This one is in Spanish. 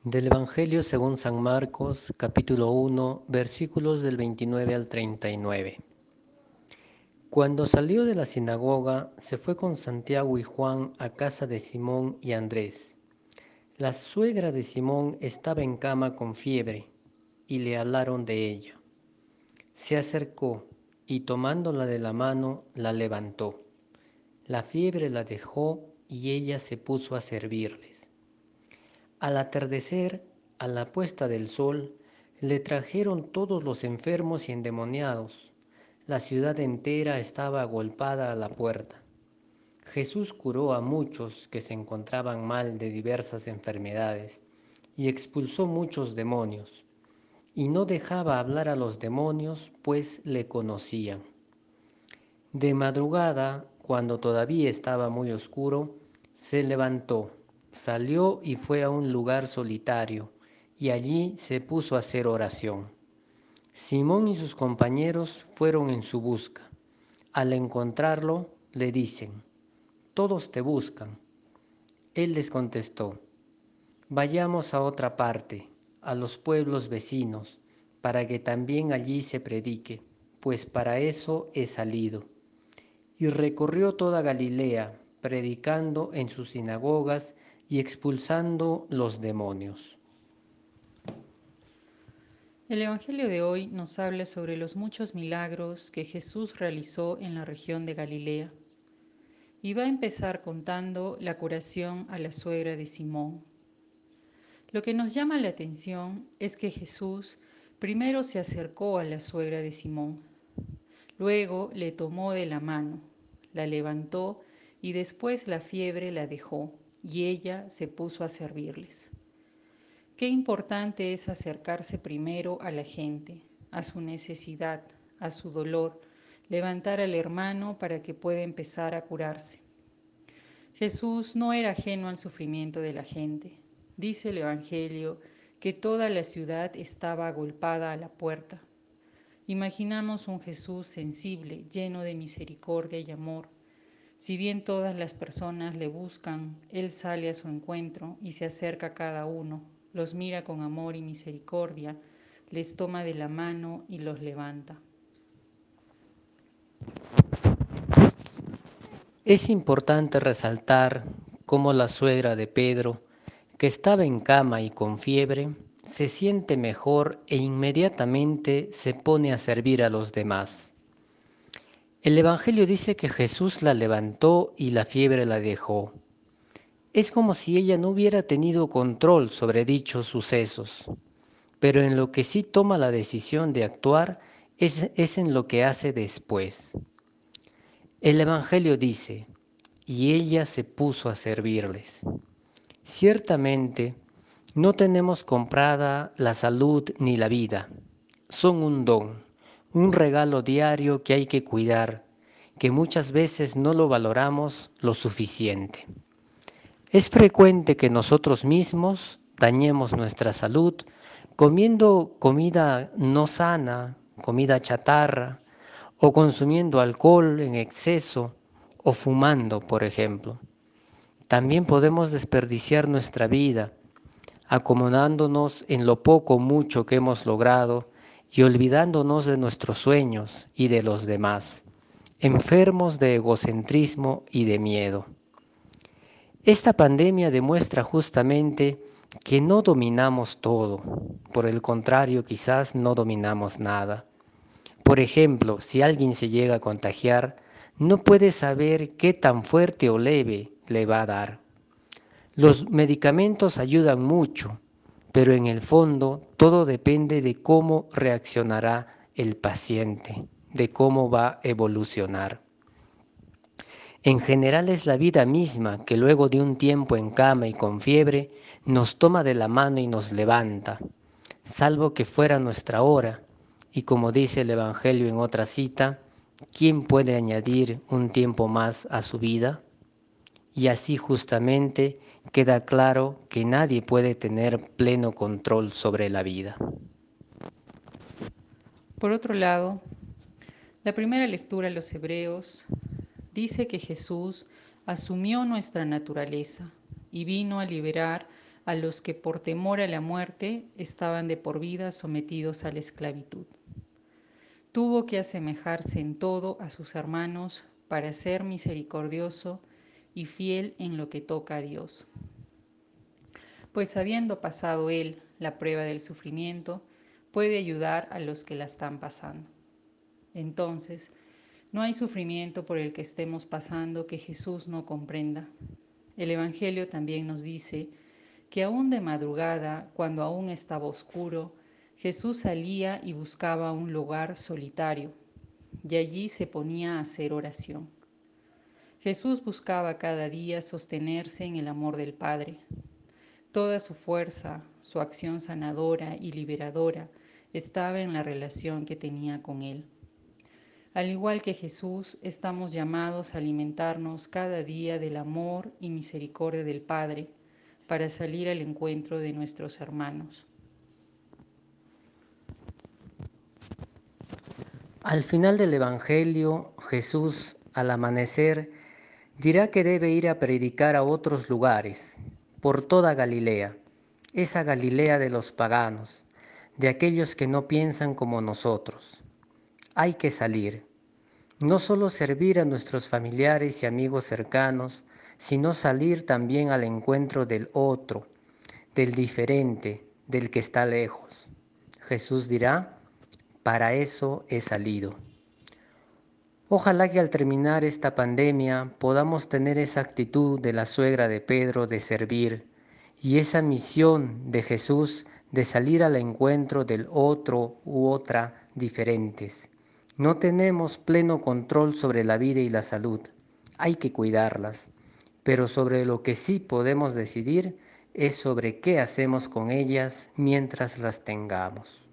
Del Evangelio según San Marcos, capítulo 1, versículos del 29 al 39. Cuando salió de la sinagoga, se fue con Santiago y Juan a casa de Simón y Andrés. La suegra de Simón estaba en cama con fiebre, y le hablaron de ella. Se acercó, y tomándola de la mano, la levantó. La fiebre la dejó, y ella se puso a servirles. Al atardecer, a la puesta del sol, le trajeron todos los enfermos y endemoniados. La ciudad entera estaba agolpada a la puerta. Jesús curó a muchos que se encontraban mal de diversas enfermedades y expulsó muchos demonios. Y no dejaba hablar a los demonios, pues le conocían. De madrugada, cuando todavía estaba muy oscuro, se levantó, salió y fue a un lugar solitario, y allí se puso a hacer oración. Simón y sus compañeros fueron en su busca. Al encontrarlo, le dicen: «Todos te buscan». Él les contestó: «Vayamos a otra parte, a los pueblos vecinos, para que también allí se predique, pues para eso he salido». Y recorrió toda Galilea, predicando en sus sinagogas y expulsando los demonios. El Evangelio de hoy nos habla sobre los muchos milagros que Jesús realizó en la región de Galilea y va a empezar contando la curación a la suegra de Simón. Lo que nos llama la atención es que Jesús primero se acercó a la suegra de Simón, luego le tomó de la mano, la levantó y después la fiebre la dejó y ella se puso a servirles. Qué importante es acercarse primero a la gente, a su necesidad, a su dolor, levantar al hermano para que pueda empezar a curarse. Jesús no era ajeno al sufrimiento de la gente. Dice el Evangelio que toda la ciudad estaba agolpada a la puerta. Imaginamos un Jesús sensible, lleno de misericordia y amor. Si bien todas las personas le buscan, Él sale a su encuentro y se acerca a cada uno, los mira con amor y misericordia, les toma de la mano y los levanta. Es importante resaltar cómo la suegra de Pedro, que estaba en cama y con fiebre, se siente mejor e inmediatamente se pone a servir a los demás. El Evangelio dice que Jesús la levantó y la fiebre la dejó. Es como si ella no hubiera tenido control sobre dichos sucesos, pero en lo que sí toma la decisión de actuar es en lo que hace después. El Evangelio dice: «Y ella se puso a servirles». Ciertamente, no tenemos comprada la salud ni la vida. Son un don, un regalo diario que hay que cuidar, que muchas veces no lo valoramos lo suficiente. Es frecuente que nosotros mismos dañemos nuestra salud comiendo comida no sana, comida chatarra, o consumiendo alcohol en exceso, o fumando, por ejemplo. También podemos desperdiciar nuestra vida, acomodándonos en lo poco o mucho que hemos logrado y olvidándonos de nuestros sueños y de los demás, enfermos de egocentrismo y de miedo. Esta pandemia demuestra justamente que no dominamos todo, por el contrario, quizás no dominamos nada. Por ejemplo, si alguien se llega a contagiar, no puede saber qué tan fuerte o leve le va a dar. Los medicamentos ayudan mucho, pero en el fondo todo depende de cómo reaccionará el paciente, de cómo va a evolucionar. En general es la vida misma que luego de un tiempo en cama y con fiebre nos toma de la mano y nos levanta, salvo que fuera nuestra hora. Y como dice el Evangelio en otra cita, ¿quién puede añadir un tiempo más a su vida? Y así justamente queda claro que nadie puede tener pleno control sobre la vida. Por otro lado, la primera lectura a los Hebreos dice que Jesús asumió nuestra naturaleza y vino a liberar a los que por temor a la muerte estaban de por vida sometidos a la esclavitud. Tuvo que asemejarse en todo a sus hermanos para ser misericordioso y fiel en lo que toca a Dios. Pues habiendo pasado él la prueba del sufrimiento, puede ayudar a los que la están pasando. Entonces, no hay sufrimiento por el que estemos pasando que Jesús no comprenda. El Evangelio también nos dice que aún de madrugada, cuando aún estaba oscuro, Jesús salía y buscaba un lugar solitario, y allí se ponía a hacer oración. Jesús buscaba cada día sostenerse en el amor del Padre. Toda su fuerza, su acción sanadora y liberadora estaba en la relación que tenía con Él. Al igual que Jesús, estamos llamados a alimentarnos cada día del amor y misericordia del Padre para salir al encuentro de nuestros hermanos. Al final del Evangelio, Jesús, al amanecer, dirá que debe ir a predicar a otros lugares, por toda Galilea, esa Galilea de los paganos, de aquellos que no piensan como nosotros. Hay que salir, no solo servir a nuestros familiares y amigos cercanos, sino salir también al encuentro del otro, del diferente, del que está lejos. Jesús dirá, para eso he salido. Ojalá que al terminar esta pandemia podamos tener esa actitud de la suegra de Pedro de servir y esa misión de Jesús de salir al encuentro del otro u otra diferentes. No tenemos pleno control sobre la vida y la salud, hay que cuidarlas, pero sobre lo que sí podemos decidir es sobre qué hacemos con ellas mientras las tengamos.